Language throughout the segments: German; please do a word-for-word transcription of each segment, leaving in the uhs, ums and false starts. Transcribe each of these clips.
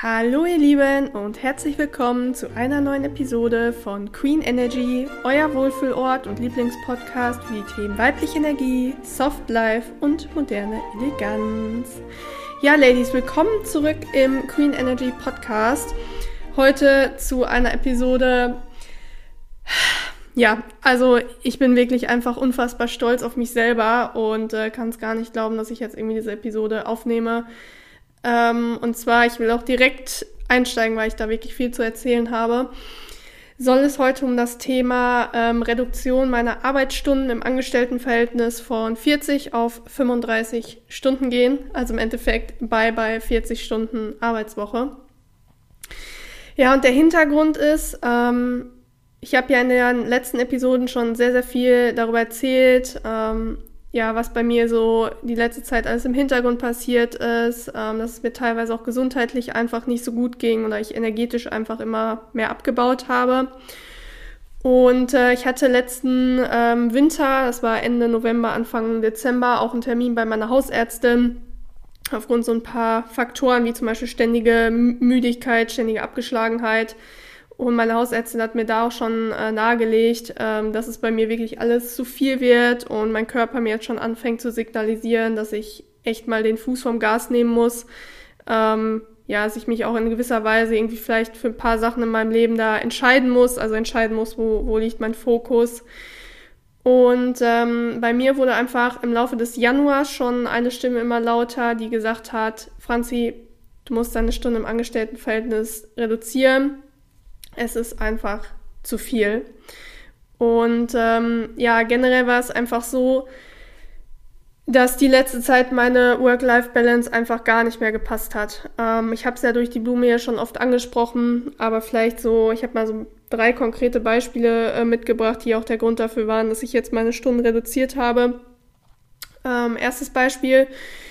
Hallo ihr Lieben und herzlich willkommen zu einer neuen Episode von Queen Energy, euer Wohlfühlort und Lieblingspodcast für die Themen weibliche Energie, Soft Life und moderne Eleganz. Ja Ladies, willkommen zurück im Queen Energy Podcast. Heute zu einer Episode, ja, also ich bin wirklich einfach unfassbar stolz auf mich selber und äh, kann es gar nicht glauben, dass ich jetzt irgendwie diese Episode aufnehme. Ähm, und zwar, ich will auch direkt einsteigen, weil ich da wirklich viel zu erzählen habe, soll es heute um das Thema ähm, Reduktion meiner Arbeitsstunden im Angestelltenverhältnis von vierzig auf fünfunddreißig Stunden gehen. Also im Endeffekt bei bei vierzig Stunden Arbeitswoche. Ja, und der Hintergrund ist, ähm, ich habe ja in den letzten Episoden schon sehr, sehr viel darüber erzählt, ähm, ja, was bei mir so die letzte Zeit alles im Hintergrund passiert ist, ähm, dass es mir teilweise auch gesundheitlich einfach nicht so gut ging oder ich energetisch einfach immer mehr abgebaut habe. Und äh, ich hatte letzten ähm, Winter, das war Ende November, Anfang Dezember, auch einen Termin bei meiner Hausärztin aufgrund so ein paar Faktoren wie zum Beispiel ständige Müdigkeit, ständige Abgeschlagenheit. Und meine Hausärztin hat mir da auch schon äh, nahegelegt, ähm, dass es bei mir wirklich alles zu viel wird und mein Körper mir jetzt schon anfängt zu signalisieren, dass ich echt mal den Fuß vom Gas nehmen muss. Ähm, ja, dass ich mich auch in gewisser Weise irgendwie vielleicht für ein paar Sachen in meinem Leben da entscheiden muss, also entscheiden muss, wo, wo liegt mein Fokus. Und ähm, bei mir wurde einfach im Laufe des Januars schon eine Stimme immer lauter, die gesagt hat, Franzi, du musst deine Stunde im Angestelltenverhältnis reduzieren. Es ist einfach zu viel. Und ähm, ja, generell war es einfach so, dass die letzte Zeit meine Work-Life-Balance einfach gar nicht mehr gepasst hat. Ähm, ich habe es ja durch die Blume ja schon oft angesprochen, aber vielleicht so, ich habe mal so drei konkrete Beispiele äh, mitgebracht, die auch der Grund dafür waren, dass ich jetzt meine Stunden reduziert habe. Ähm, erstes Beispiel.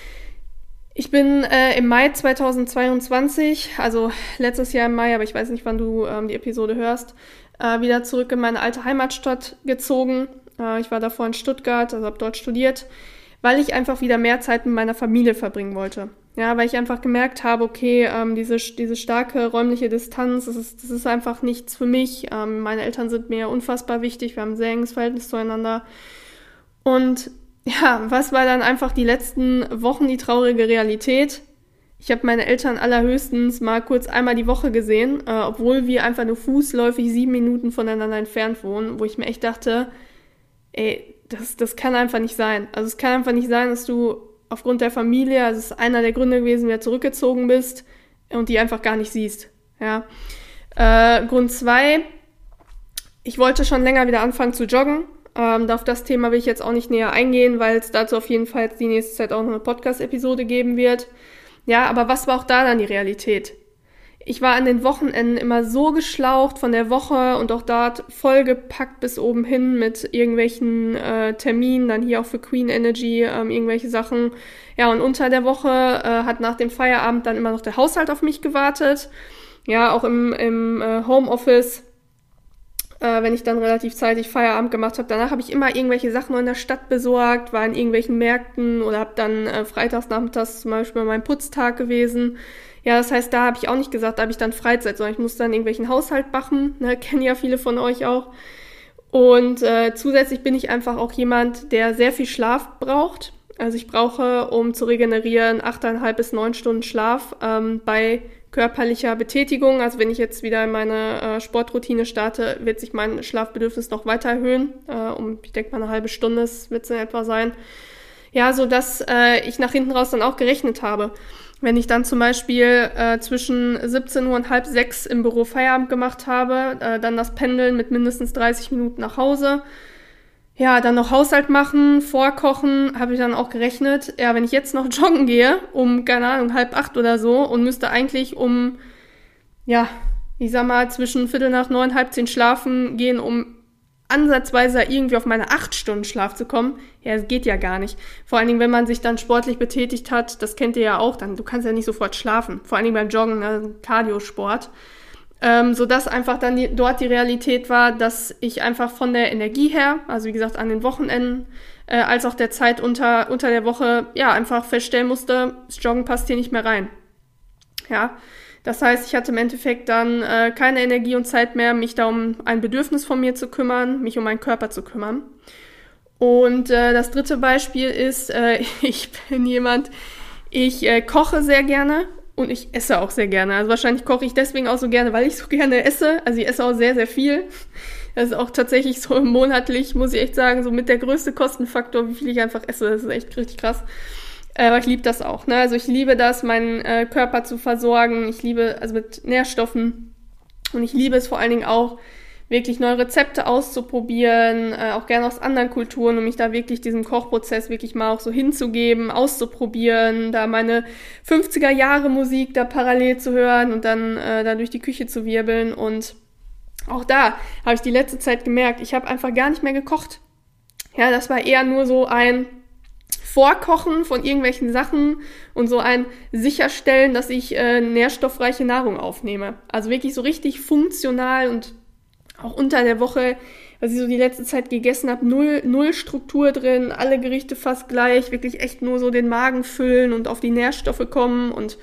Ich bin äh, im Mai zweitausendzweiundzwanzig, also letztes Jahr im Mai, aber ich weiß nicht, wann du ähm, die Episode hörst, äh, wieder zurück in meine alte Heimatstadt gezogen. Äh, ich war davor in Stuttgart, also habe dort studiert, weil ich einfach wieder mehr Zeit mit meiner Familie verbringen wollte. Ja, weil ich einfach gemerkt habe, okay, ähm, diese diese starke räumliche Distanz, das ist, das ist einfach nichts für mich. Ähm, meine Eltern sind mir unfassbar wichtig, wir haben ein sehr enges Verhältnis zueinander. Und ja, was war dann einfach die letzten Wochen die traurige Realität? Ich habe meine Eltern allerhöchstens mal kurz einmal die Woche gesehen, äh, obwohl wir einfach nur fußläufig sieben Minuten voneinander entfernt wohnen, wo ich mir echt dachte, ey, das, das kann einfach nicht sein. Also es kann einfach nicht sein, dass du aufgrund der Familie, also es ist einer der Gründe gewesen, wieder zurückgezogen bist und die einfach gar nicht siehst. Ja. Äh, Grund zwei, ich wollte schon länger wieder anfangen zu joggen. Ähm, auf das Thema will ich jetzt auch nicht näher eingehen, weil es dazu auf jeden Fall jetzt die nächste Zeit auch noch eine Podcast-Episode geben wird. Ja, aber was war auch da dann die Realität? Ich war an den Wochenenden immer so geschlaucht von der Woche und auch dort vollgepackt bis oben hin mit irgendwelchen äh, Terminen, dann hier auch für Queen Energy, ähm, irgendwelche Sachen. Ja, und unter der Woche äh, hat nach dem Feierabend dann immer noch der Haushalt auf mich gewartet. Ja, auch im, im äh, Homeoffice. Äh, wenn ich dann relativ zeitig Feierabend gemacht habe. Danach habe ich immer irgendwelche Sachen noch in der Stadt besorgt, war in irgendwelchen Märkten oder habe dann äh, freitags nachmittags zum Beispiel mein Putztag gewesen. Ja, das heißt, da habe ich auch nicht gesagt, da habe ich dann Freizeit, sondern ich muss dann irgendwelchen Haushalt machen, ne, kennen ja viele von euch auch. Und äh, zusätzlich bin ich einfach auch jemand, der sehr viel Schlaf braucht. Also ich brauche, um zu regenerieren, achteinhalb bis neun Stunden Schlaf ähm, bei körperlicher Betätigung. Also wenn ich jetzt wieder in meine äh, Sportroutine starte, wird sich mein Schlafbedürfnis noch weiter erhöhen. Äh, um, ich denke mal, eine halbe Stunde wird es in etwa sein. Ja, so dass äh, ich nach hinten raus dann auch gerechnet habe. Wenn ich dann zum Beispiel äh, zwischen siebzehn Uhr und halb sechs im Büro Feierabend gemacht habe, äh, dann das Pendeln mit mindestens dreißig Minuten nach Hause, ja, dann noch Haushalt machen, vorkochen, habe ich dann auch gerechnet. Ja, wenn ich jetzt noch joggen gehe, um, keine Ahnung, halb acht oder so und müsste eigentlich um, ja, ich sag mal, zwischen Viertel nach neun, halb zehn schlafen gehen, um ansatzweise irgendwie auf meine acht Stunden Schlaf zu kommen, ja, das geht ja gar nicht. Vor allen Dingen, wenn man sich dann sportlich betätigt hat, das kennt ihr ja auch, dann, du kannst ja nicht sofort schlafen. Vor allen Dingen beim Joggen, ne, Cardio-Sport. Ähm, sodass einfach dann die, dort die Realität war, dass ich einfach von der Energie her, also wie gesagt an den Wochenenden, äh, als auch der Zeit unter, unter der Woche, ja, einfach feststellen musste, das Joggen passt hier nicht mehr rein. Ja, Das heißt, ich hatte im Endeffekt dann äh, keine Energie und Zeit mehr, mich da um ein Bedürfnis von mir zu kümmern, mich um meinen Körper zu kümmern. Und äh, das dritte Beispiel ist, äh, ich bin jemand, ich äh, koche sehr gerne und ich esse auch sehr gerne. Also wahrscheinlich koche ich deswegen auch so gerne, weil ich so gerne esse. Also ich esse auch sehr, sehr viel. Das ist auch tatsächlich so monatlich, muss ich echt sagen, so mit der größte Kostenfaktor, wie viel ich einfach esse. Das ist echt richtig krass. Aber ich liebe das auch, ne? Also ich liebe das, meinen äh, Körper zu versorgen. Ich liebe, also mit Nährstoffen. Und ich liebe es vor allen Dingen auch, wirklich neue Rezepte auszuprobieren, äh, auch gerne aus anderen Kulturen, um mich da wirklich diesem Kochprozess wirklich mal auch so hinzugeben, auszuprobieren, da meine fünfziger Jahre Musik da parallel zu hören und dann äh, da durch die Küche zu wirbeln. Und auch da habe ich die letzte Zeit gemerkt, ich habe einfach gar nicht mehr gekocht. Ja, das war eher nur so ein Vorkochen von irgendwelchen Sachen und so ein Sicherstellen, dass ich äh, nährstoffreiche Nahrung aufnehme. Also wirklich so richtig funktional und auch unter der Woche, was ich so die letzte Zeit gegessen habe, null, null Struktur drin, alle Gerichte fast gleich, wirklich echt nur so den Magen füllen und auf die Nährstoffe kommen und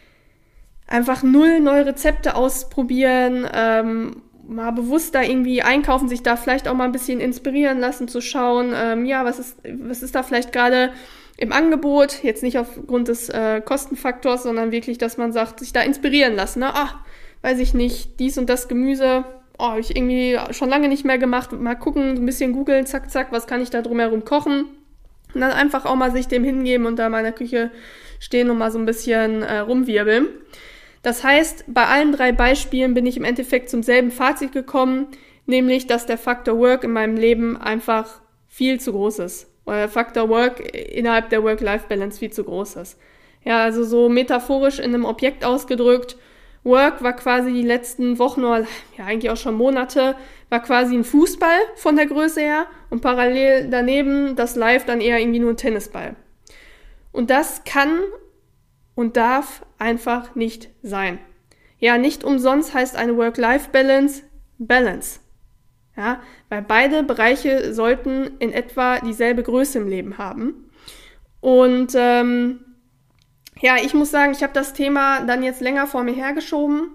einfach null neue Rezepte ausprobieren, ähm, mal bewusst da irgendwie einkaufen, sich da vielleicht auch mal ein bisschen inspirieren lassen, zu schauen, ähm, ja, was ist, was ist da vielleicht gerade im Angebot, jetzt nicht aufgrund des äh, Kostenfaktors, sondern wirklich, dass man sagt, sich da inspirieren lassen, ne? Ah, weiß ich nicht, dies und das Gemüse, oh, habe ich irgendwie schon lange nicht mehr gemacht, mal gucken, ein bisschen googeln, zack, zack, was kann ich da drumherum kochen und dann einfach auch mal sich dem hingeben und da in meiner Küche stehen und mal so ein bisschen äh, rumwirbeln. Das heißt, bei allen drei Beispielen bin ich im Endeffekt zum selben Fazit gekommen, nämlich, dass der Faktor Work in meinem Leben einfach viel zu groß ist. Oder der Faktor Work innerhalb der Work-Life-Balance viel zu groß ist. Ja, also so metaphorisch in einem Objekt ausgedrückt, Work war quasi die letzten Wochen oder ja eigentlich auch schon Monate, war quasi ein Fußball von der Größe her und parallel daneben das Live dann eher irgendwie nur ein Tennisball. Und das kann und darf einfach nicht sein. Ja, nicht umsonst heißt eine Work-Life-Balance Balance. Ja, weil beide Bereiche sollten in etwa dieselbe Größe im Leben haben. Und ähm, ja, ich muss sagen, ich habe das Thema dann jetzt länger vor mir hergeschoben.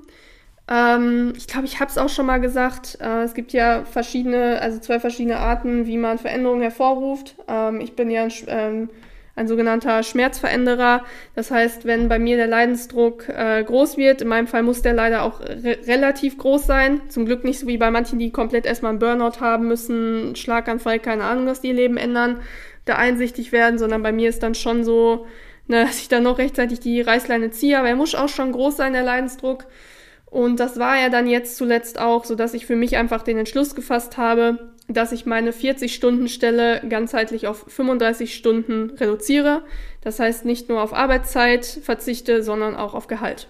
Ähm, ich glaube, ich habe es auch schon mal gesagt. Äh, es gibt ja verschiedene, also zwei verschiedene Arten, wie man Veränderungen hervorruft. Ähm, ich bin ja ein, ähm, ein sogenannter Schmerzveränderer. Das heißt, wenn bei mir der Leidensdruck äh, groß wird, in meinem Fall muss der leider auch re- relativ groß sein. Zum Glück nicht so wie bei manchen, die komplett erstmal einen Burnout haben müssen, Schlaganfall, keine Ahnung, dass die ihr Leben ändern, da einsichtig werden, sondern bei mir ist dann schon so, ne, dass ich dann noch rechtzeitig die Reißleine ziehe. Aber er muss auch schon groß sein, der Leidensdruck. Und das war ja dann jetzt zuletzt auch, so dass ich für mich einfach den Entschluss gefasst habe, dass ich meine vierzig-Stunden-Stelle ganzheitlich auf fünfunddreißig Stunden reduziere. Das heißt, nicht nur auf Arbeitszeit verzichte, sondern auch auf Gehalt.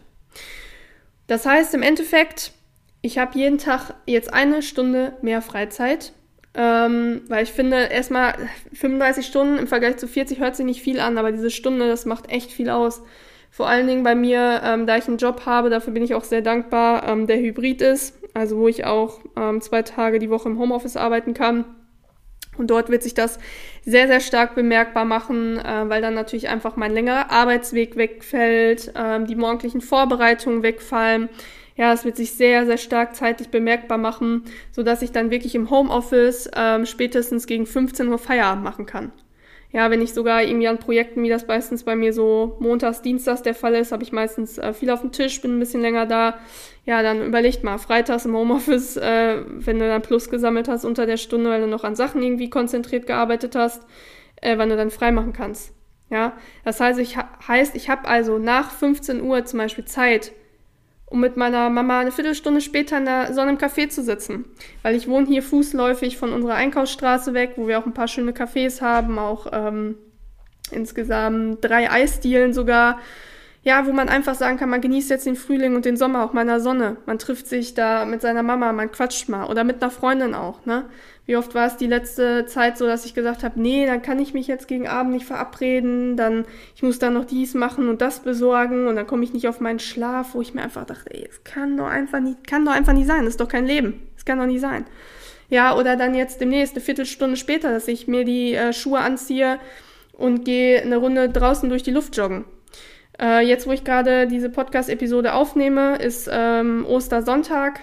Das heißt im Endeffekt, ich habe jeden Tag jetzt eine Stunde mehr Freizeit, ähm, weil ich finde, erstmal fünfunddreißig Stunden im Vergleich zu vierzig hört sich nicht viel an, aber diese Stunde, das macht echt viel aus. Vor allen Dingen bei mir, ähm, da ich einen Job habe, dafür bin ich auch sehr dankbar, ähm, der Hybrid ist, also wo ich auch ähm, zwei Tage die Woche im Homeoffice arbeiten kann. Und dort wird sich das sehr, sehr stark bemerkbar machen, äh, weil dann natürlich einfach mein längerer Arbeitsweg wegfällt, ähm, die morgendlichen Vorbereitungen wegfallen. Ja, es wird sich sehr, sehr stark zeitlich bemerkbar machen, sodass ich dann wirklich im Homeoffice ähm, spätestens gegen fünfzehn Uhr Feierabend machen kann. Ja, wenn ich sogar irgendwie an Projekten, wie das meistens bei mir so montags, dienstags der Fall ist, habe ich meistens äh, viel auf dem Tisch, bin ein bisschen länger da. Ja, dann überlegt mal, freitags im Homeoffice, äh, wenn du dann Plus gesammelt hast unter der Stunde, weil du noch an Sachen irgendwie konzentriert gearbeitet hast, äh, wann du dann frei machen kannst. Ja, das heißt, ich, heißt, ich habe also nach fünfzehn Uhr zum Beispiel Zeit, um mit meiner Mama eine Viertelstunde später in der Sonne im Café zu sitzen. Weil ich wohne hier fußläufig von unserer Einkaufsstraße weg, wo wir auch ein paar schöne Cafés haben, auch ähm, insgesamt drei Eisdielen sogar. Ja, wo man einfach sagen kann, man genießt jetzt den Frühling und den Sommer auch mal in der Sonne. Man trifft sich da mit seiner Mama, man quatscht mal. Oder mit einer Freundin auch, ne? Wie oft war es die letzte Zeit so, dass ich gesagt habe, nee, dann kann ich mich jetzt gegen Abend nicht verabreden, dann ich muss dann noch dies machen und das besorgen und dann komme ich nicht auf meinen Schlaf, wo ich mir einfach dachte, ey, es kann doch einfach nicht, kann doch einfach nicht sein, das ist doch kein Leben, es kann doch nicht sein. Ja, oder dann jetzt demnächst eine Viertelstunde später, dass ich mir die äh, Schuhe anziehe und gehe eine Runde draußen durch die Luft joggen. Äh, jetzt, wo ich gerade diese Podcast-Episode aufnehme, ist ähm, Ostersonntag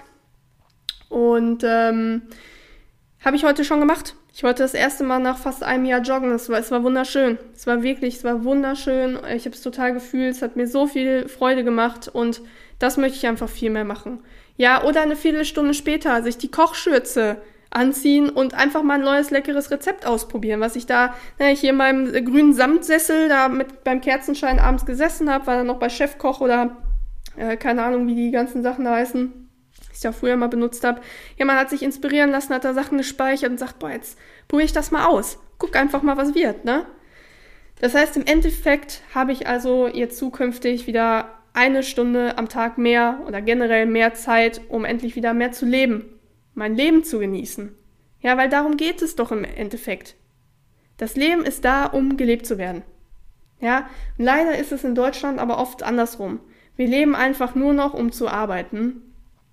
und ähm, habe ich heute schon gemacht. Ich wollte das erste Mal nach fast einem Jahr joggen. Es war, es war wunderschön. Es war wirklich, es war wunderschön. Ich habe es total gefühlt. Es hat mir so viel Freude gemacht und das möchte ich einfach viel mehr machen. Ja, oder eine Viertelstunde später sich die Kochschürze anziehen und einfach mal ein neues, leckeres Rezept ausprobieren, was ich da ne, hier in meinem äh, grünen Samtsessel da mit beim Kerzenschein abends gesessen habe, war dann noch bei Chefkoch oder äh, keine Ahnung, wie die ganzen Sachen da heißen, die ich ja früher mal benutzt habe. Ja, man hat sich inspirieren lassen, hat da Sachen gespeichert und sagt, boah, jetzt probiere ich das mal aus. Guck einfach mal, was wird, ne? Das heißt, im Endeffekt habe ich also jetzt zukünftig wieder eine Stunde am Tag mehr oder generell mehr Zeit, um endlich wieder mehr zu leben. Mein Leben zu genießen. Ja, weil darum geht es doch im Endeffekt. Das Leben ist da, um gelebt zu werden. Ja, und leider ist es in Deutschland aber oft andersrum. Wir leben einfach nur noch, um zu arbeiten.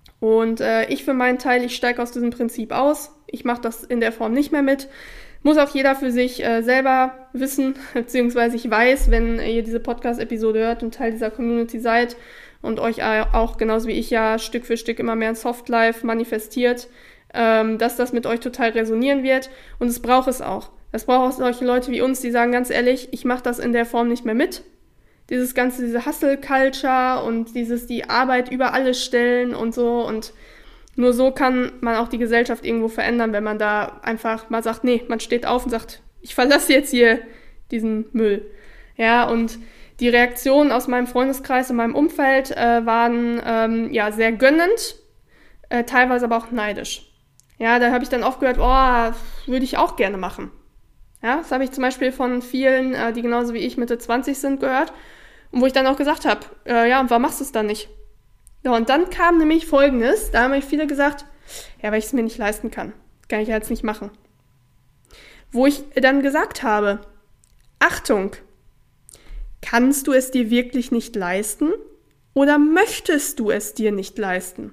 Und äh, ich für meinen Teil, ich steige aus diesem Prinzip aus. Ich mache das in der Form nicht mehr mit. Muss auch jeder für sich äh, selber wissen, beziehungsweise ich weiß, wenn ihr diese Podcast-Episode hört und Teil dieser Community seid, und euch auch genauso wie ich ja Stück für Stück immer mehr in Softlife manifestiert, ähm, dass das mit euch total resonieren wird und es braucht es auch. Es braucht auch solche Leute wie uns, die sagen ganz ehrlich, ich mache das in der Form nicht mehr mit. Dieses ganze, diese Hustle-Culture und dieses die Arbeit über alles stellen und so und nur so kann man auch die Gesellschaft irgendwo verändern, wenn man da einfach mal sagt, nee, man steht auf und sagt, ich verlasse jetzt hier diesen Müll. Ja, und die Reaktionen aus meinem Freundeskreis und meinem Umfeld äh, waren ähm, ja sehr gönnend, äh, teilweise aber auch neidisch. Ja, da habe ich dann oft gehört, oh, würde ich auch gerne machen. Ja, das habe ich zum Beispiel von vielen, äh, die genauso wie ich Mitte zwanzig sind, gehört. Und wo ich dann auch gesagt habe, äh, ja, und warum machst du es dann nicht? Ja, und dann kam nämlich Folgendes, da haben mich viele gesagt, ja, weil ich es mir nicht leisten kann. Kann ich ja jetzt nicht machen. Wo ich dann gesagt habe, Achtung, kannst du es dir wirklich nicht leisten oder möchtest du es dir nicht leisten?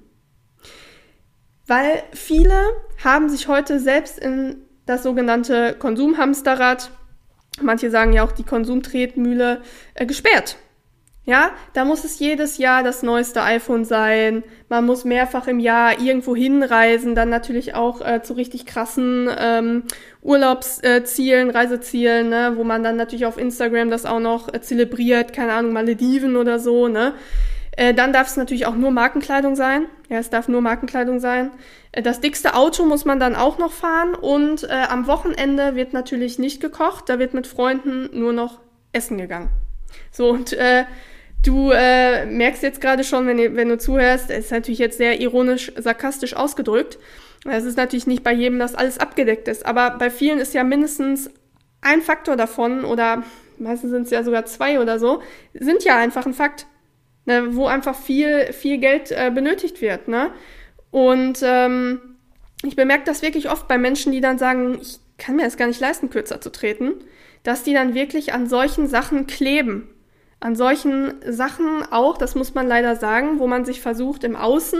Weil viele haben sich heute selbst in das sogenannte Konsumhamsterrad, manche sagen ja auch die Konsumtretmühle, äh, gesperrt. Ja, da muss es jedes Jahr das neueste iPhone sein, man muss mehrfach im Jahr irgendwo hinreisen, dann natürlich auch äh, zu richtig krassen ähm, Urlaubszielen, äh, Reisezielen, ne, wo man dann natürlich auf Instagram das auch noch äh, zelebriert, keine Ahnung, Malediven oder so, ne. Äh, dann darf es natürlich auch nur Markenkleidung sein, ja, es darf nur Markenkleidung sein. Äh, das dickste Auto muss man dann auch noch fahren und äh, am Wochenende wird natürlich nicht gekocht, da wird mit Freunden nur noch essen gegangen. So, und äh, du äh, merkst jetzt gerade schon, wenn, wenn du zuhörst, es ist natürlich jetzt sehr ironisch, sarkastisch ausgedrückt. Es ist natürlich nicht bei jedem, dass alles abgedeckt ist, aber bei vielen ist ja mindestens ein Faktor davon oder meistens sind es ja sogar zwei oder so, sind ja einfach ein Fakt, ne, wo einfach viel, viel Geld äh, benötigt wird. Ne? Und ähm, ich bemerke das wirklich oft bei Menschen, die dann sagen, ich kann mir das gar nicht leisten, kürzer zu treten, dass die dann wirklich an solchen Sachen kleben. An solchen Sachen auch, das muss man leider sagen, wo man sich versucht im Außen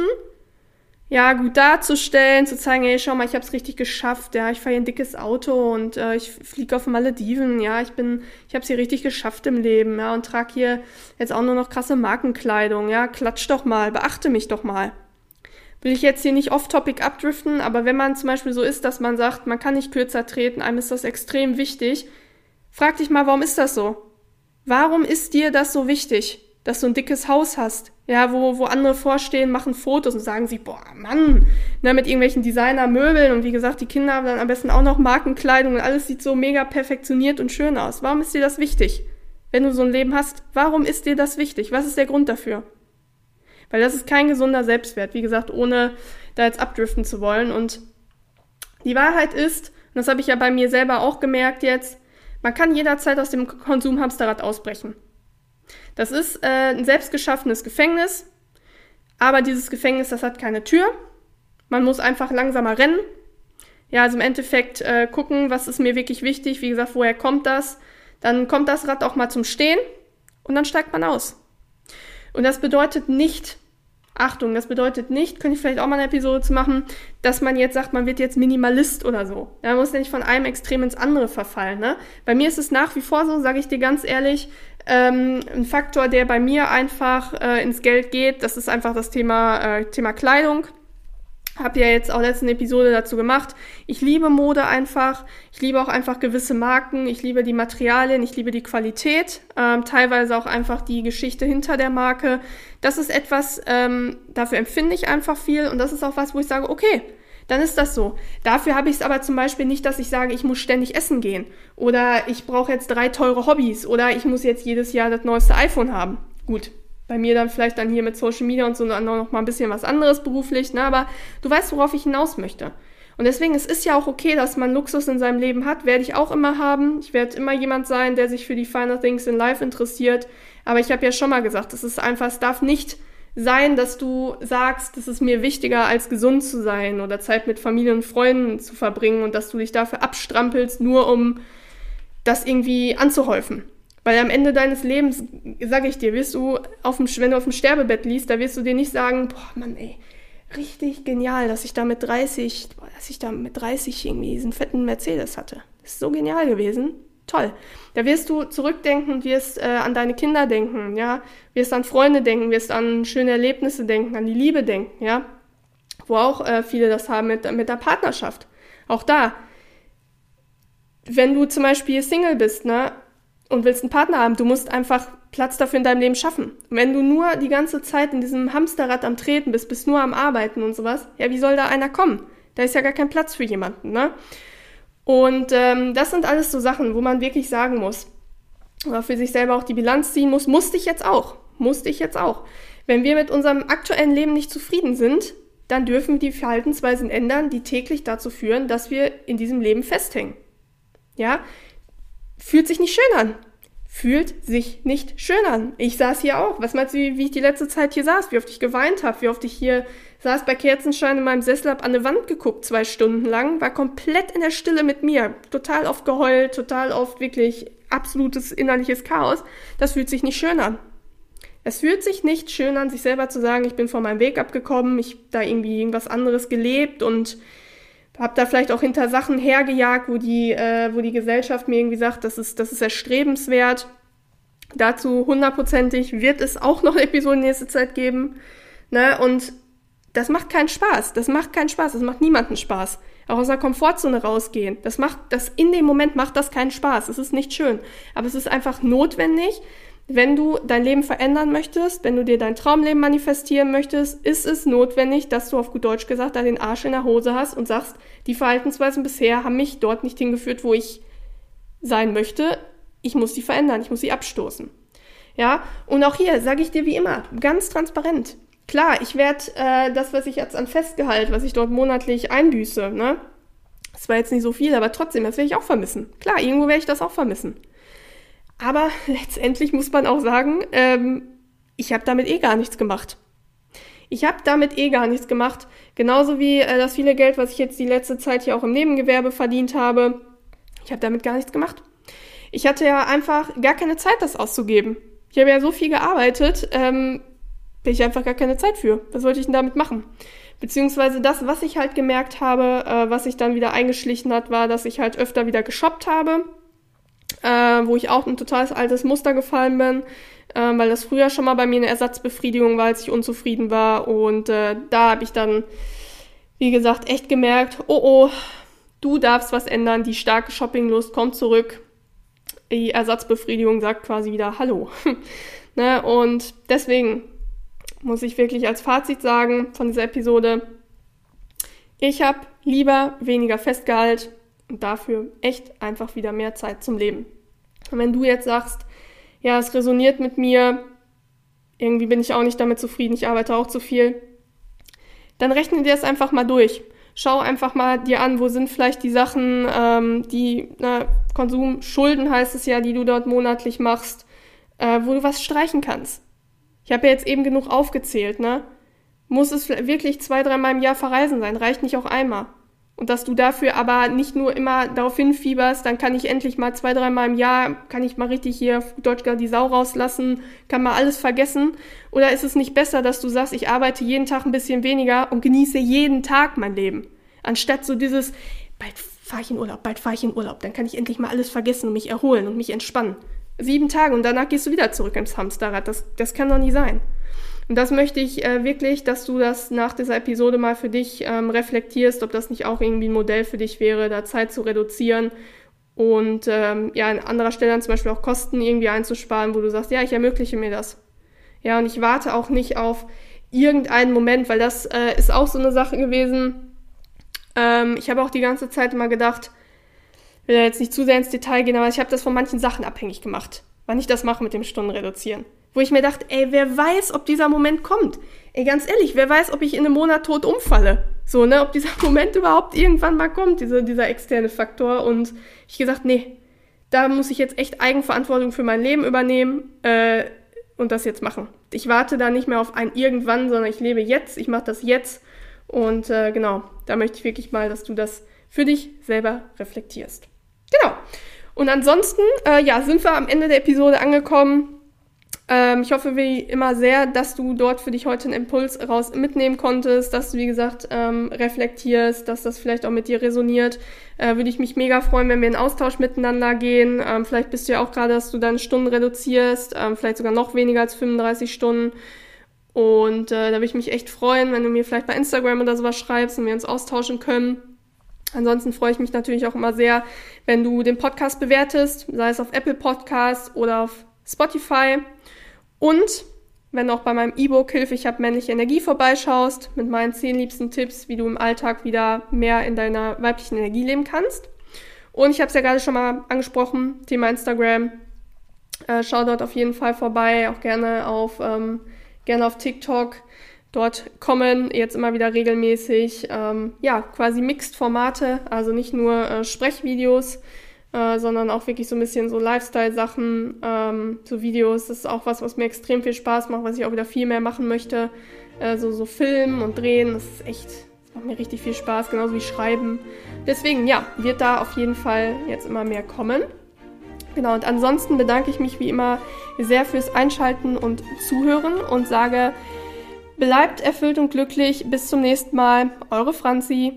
ja gut darzustellen, zu zeigen, hey, schau mal, ich habe es richtig geschafft, ja, ich fahre hier ein dickes Auto und äh, ich fliege auf Malediven, ja, ich bin, ich habe es hier richtig geschafft im Leben, ja, und trage hier jetzt auch nur noch krasse Markenkleidung, ja, klatsch doch mal, beachte mich doch mal. Will ich jetzt hier nicht off-topic abdriften, aber wenn man zum Beispiel so ist, dass man sagt, man kann nicht kürzer treten, einem ist das extrem wichtig, frag dich mal, warum ist das so? Warum ist dir das so wichtig, dass du ein dickes Haus hast, ja, wo, wo andere vorstehen, machen Fotos und sagen sie, boah, Mann, ne, mit irgendwelchen Designer-Möbeln und wie gesagt, die Kinder haben dann am besten auch noch Markenkleidung und alles sieht so mega perfektioniert und schön aus. Warum ist dir das wichtig, wenn du so ein Leben hast? Warum ist dir das wichtig? Was ist der Grund dafür? Weil das ist kein gesunder Selbstwert, wie gesagt, ohne da jetzt abdriften zu wollen. Und die Wahrheit ist, und das habe ich ja bei mir selber auch gemerkt jetzt, man kann jederzeit aus dem Konsumhamsterrad ausbrechen. Das ist äh, ein selbstgeschaffenes Gefängnis, aber dieses Gefängnis, das hat keine Tür. Man muss einfach langsamer rennen. Ja, also im Endeffekt äh, gucken, was ist mir wirklich wichtig. Wie gesagt, woher kommt das? Dann kommt das Rad auch mal zum Stehen und dann steigt man aus. Und das bedeutet nicht, Achtung, das bedeutet nicht, könnte ich vielleicht auch mal eine Episode zu machen, dass man jetzt sagt, man wird jetzt Minimalist oder so. Ja, man muss ja nicht von einem Extrem ins andere verfallen. Ne? Bei mir ist es nach wie vor so, sage ich dir ganz ehrlich, Ähm, ein Faktor, der bei mir einfach äh, ins Geld geht, das ist einfach das Thema, äh, Thema Kleidung. Habe ja jetzt auch letzte Episode dazu gemacht. Ich liebe Mode einfach. Ich liebe auch einfach gewisse Marken. Ich liebe die Materialien. Ich liebe die Qualität. Ähm, teilweise auch einfach die Geschichte hinter der Marke. Das ist etwas, ähm, dafür empfinde ich einfach viel. Und das ist auch was, wo ich sage, okay, dann ist das so. Dafür habe ich es aber zum Beispiel nicht, dass ich sage, ich muss ständig essen gehen. Oder ich brauche jetzt drei teure Hobbys. Oder ich muss jetzt jedes Jahr das neueste iPhone haben. Gut. Bei mir dann vielleicht dann hier mit Social Media und so dann noch mal ein bisschen was anderes beruflich, ne? Aber du weißt, worauf ich hinaus möchte. Und deswegen, es ist ja auch okay, dass man Luxus in seinem Leben hat, werde ich auch immer haben. Ich werde immer jemand sein, der sich für die finer things in life interessiert. Aber ich habe ja schon mal gesagt, es ist einfach, es darf nicht sein, dass du sagst, es ist mir wichtiger, als gesund zu sein oder Zeit mit Familie und Freunden zu verbringen und dass du dich dafür abstrampelst, nur um das irgendwie anzuhäufen. Weil am Ende deines Lebens, sage ich dir, wirst du, auf dem, wenn du auf dem Sterbebett liegst, da wirst du dir nicht sagen, boah, Mann, ey, richtig genial, dass ich da mit dreißig, boah, dass ich da mit dreißig irgendwie diesen fetten Mercedes hatte. Das ist so genial gewesen. Toll. Da wirst du zurückdenken, wirst äh, an deine Kinder denken, ja, wirst an Freunde denken, wirst an schöne Erlebnisse denken, an die Liebe denken, ja, wo auch äh, viele das haben mit, mit der Partnerschaft. Auch da, wenn du zum Beispiel Single bist, ne, und willst einen Partner haben, du musst einfach Platz dafür in deinem Leben schaffen. Und wenn du nur die ganze Zeit in diesem Hamsterrad am Treten bist, bist nur am Arbeiten und sowas, ja, wie soll da einer kommen? Da ist ja gar kein Platz für jemanden, ne? Und ähm, das sind alles so Sachen, wo man wirklich sagen muss, oder für sich selber auch die Bilanz ziehen muss, musste ich jetzt auch, musste ich jetzt auch. Wenn wir mit unserem aktuellen Leben nicht zufrieden sind, dann dürfen wir die Verhaltensweisen ändern, die täglich dazu führen, dass wir in diesem Leben festhängen. Ja? Fühlt sich nicht schön an. Fühlt sich nicht schön an. Ich saß hier auch. Was meinst du, wie, wie ich die letzte Zeit hier saß? Wie oft ich geweint habe? Wie oft ich hier saß bei Kerzenschein in meinem Sessel, hab an eine Wand geguckt, zwei Stunden lang, war komplett in der Stille mit mir. Total oft geheult, total oft wirklich absolutes innerliches Chaos. Das fühlt sich nicht schön an. Es fühlt sich nicht schön an, sich selber zu sagen, ich bin von meinem Weg abgekommen, ich hab da irgendwie irgendwas anderes gelebt und habe da vielleicht auch hinter Sachen hergejagt, wo die, äh, wo die Gesellschaft mir irgendwie sagt, das ist, das ist erstrebenswert. Dazu hundertprozentig wird es auch noch eine Episode in nächster Zeit geben. Ne? Und das macht keinen Spaß. Das macht keinen Spaß. Das macht niemanden Spaß. Auch aus der Komfortzone rausgehen. Das macht, das in dem Moment macht das keinen Spaß. Es ist nicht schön. Aber es ist einfach notwendig, wenn du dein Leben verändern möchtest, wenn du dir dein Traumleben manifestieren möchtest, ist es notwendig, dass du auf gut Deutsch gesagt da den Arsch in der Hose hast und sagst, die Verhaltensweisen bisher haben mich dort nicht hingeführt, wo ich sein möchte. Ich muss die verändern, ich muss sie abstoßen. Ja, und auch hier sage ich dir wie immer, ganz transparent. Klar, ich werde äh, das, was ich jetzt an Festgehalt, was ich dort monatlich einbüße, ne, das war jetzt nicht so viel, aber trotzdem, das werde ich auch vermissen. Klar, irgendwo werde ich das auch vermissen. Aber letztendlich muss man auch sagen, ähm, ich habe damit eh gar nichts gemacht. Ich habe damit eh gar nichts gemacht. Genauso wie äh, das viele Geld, was ich jetzt die letzte Zeit hier auch im Nebengewerbe verdient habe. Ich habe damit gar nichts gemacht. Ich hatte ja einfach gar keine Zeit, das auszugeben. Ich habe ja so viel gearbeitet, ähm, bin ich einfach gar keine Zeit für. Was sollte ich denn damit machen? Beziehungsweise das, was ich halt gemerkt habe, äh, was sich dann wieder eingeschlichen hat, war, dass ich halt öfter wieder geshoppt habe. Äh, wo ich auch ein totales altes Muster gefallen bin, äh, weil das früher schon mal bei mir eine Ersatzbefriedigung war, als ich unzufrieden war. Und äh, da habe ich dann, wie gesagt, echt gemerkt, oh oh, du darfst was ändern, die starke Shoppinglust kommt zurück. Die Ersatzbefriedigung sagt quasi wieder Hallo. Ne? Und deswegen muss ich wirklich als Fazit sagen von dieser Episode, ich habe lieber weniger Festgehalt und dafür echt einfach wieder mehr Zeit zum Leben. Und wenn du jetzt sagst, ja, es resoniert mit mir, irgendwie bin ich auch nicht damit zufrieden, ich arbeite auch zu viel, dann rechne dir das einfach mal durch. Schau einfach mal dir an, wo sind vielleicht die Sachen, ähm, die, na, Konsumschulden heißt es ja, die du dort monatlich machst, äh, wo du was streichen kannst. Ich habe ja jetzt eben genug aufgezählt, ne? Muss es wirklich zwei, dreimal im Jahr verreisen sein, reicht nicht auch einmal. Und dass du dafür aber nicht nur immer darauf hinfieberst, dann kann ich endlich mal zwei, dreimal im Jahr, kann ich mal richtig hier auf Deutsch gesagt die Sau rauslassen, kann mal alles vergessen. Oder ist es nicht besser, dass du sagst, ich arbeite jeden Tag ein bisschen weniger und genieße jeden Tag mein Leben? Anstatt so dieses, bald fahre ich in Urlaub, bald fahre ich in Urlaub, dann kann ich endlich mal alles vergessen und mich erholen und mich entspannen. sieben Tage und danach gehst du wieder zurück ins Hamsterrad. Das, das kann doch nie sein. Und das möchte ich äh, wirklich, dass du das nach dieser Episode mal für dich ähm, reflektierst, ob das nicht auch irgendwie ein Modell für dich wäre, da Zeit zu reduzieren und ähm, ja, an anderer Stelle dann zum Beispiel auch Kosten irgendwie einzusparen, wo du sagst, ja, ich ermögliche mir das. Ja, und ich warte auch nicht auf irgendeinen Moment, weil das äh, ist auch so eine Sache gewesen. Ähm, ich habe auch die ganze Zeit immer gedacht, ich will ja jetzt nicht zu sehr ins Detail gehen, aber ich habe das von manchen Sachen abhängig gemacht, wann ich das mache mit dem Stunden reduzieren. Wo ich mir dachte, ey, wer weiß, ob dieser Moment kommt. Ey, ganz ehrlich, wer weiß, ob ich in einem Monat tot umfalle. So, ne, ob dieser Moment überhaupt irgendwann mal kommt, diese, dieser externe Faktor. Und ich gesagt, nee, da muss ich jetzt echt Eigenverantwortung für mein Leben übernehmen äh, und das jetzt machen. Ich warte da nicht mehr auf ein Irgendwann, sondern ich lebe jetzt, ich mache das jetzt. Und äh, genau, da möchte ich wirklich mal, dass du das für dich selber reflektierst. Genau. Und ansonsten, äh, ja, sind wir am Ende der Episode angekommen. Ähm, ich hoffe wie immer sehr, dass du dort für dich heute einen Impuls raus mitnehmen konntest, dass du, wie gesagt, ähm, reflektierst, dass das vielleicht auch mit dir resoniert. Äh, würde ich mich mega freuen, wenn wir in Austausch miteinander gehen. Ähm, vielleicht bist du ja auch gerade, dass du deine Stunden reduzierst, ähm, vielleicht sogar noch weniger als fünfunddreißig Stunden. Und äh, da würde ich mich echt freuen, wenn du mir vielleicht bei Instagram oder sowas schreibst und wir uns austauschen können. Ansonsten freue ich mich natürlich auch immer sehr, wenn du den Podcast bewertest, sei es auf Apple Podcasts oder auf Spotify. Und wenn du auch bei meinem E-Book Hilfe, ich habe männliche Energie vorbeischaust, mit meinen zehn liebsten Tipps, wie du im Alltag wieder mehr in deiner weiblichen Energie leben kannst. Und ich habe es ja gerade schon mal angesprochen, Thema Instagram. Äh, schau dort auf jeden Fall vorbei, auch gerne auf, ähm, gerne auf TikTok. Dort kommen jetzt immer wieder regelmäßig, ähm, ja, quasi Mixed-Formate, also nicht nur äh, Sprechvideos, Äh, sondern auch wirklich so ein bisschen so Lifestyle-Sachen, ähm, so Videos. Das ist auch was, was mir extrem viel Spaß macht, was ich auch wieder viel mehr machen möchte. Äh, so, so Filmen und Drehen, das ist echt, das macht mir richtig viel Spaß, genauso wie Schreiben. Deswegen, ja, wird da auf jeden Fall jetzt immer mehr kommen. Genau, und ansonsten bedanke ich mich wie immer sehr fürs Einschalten und Zuhören und sage, bleibt erfüllt und glücklich. Bis zum nächsten Mal. Eure Franzi.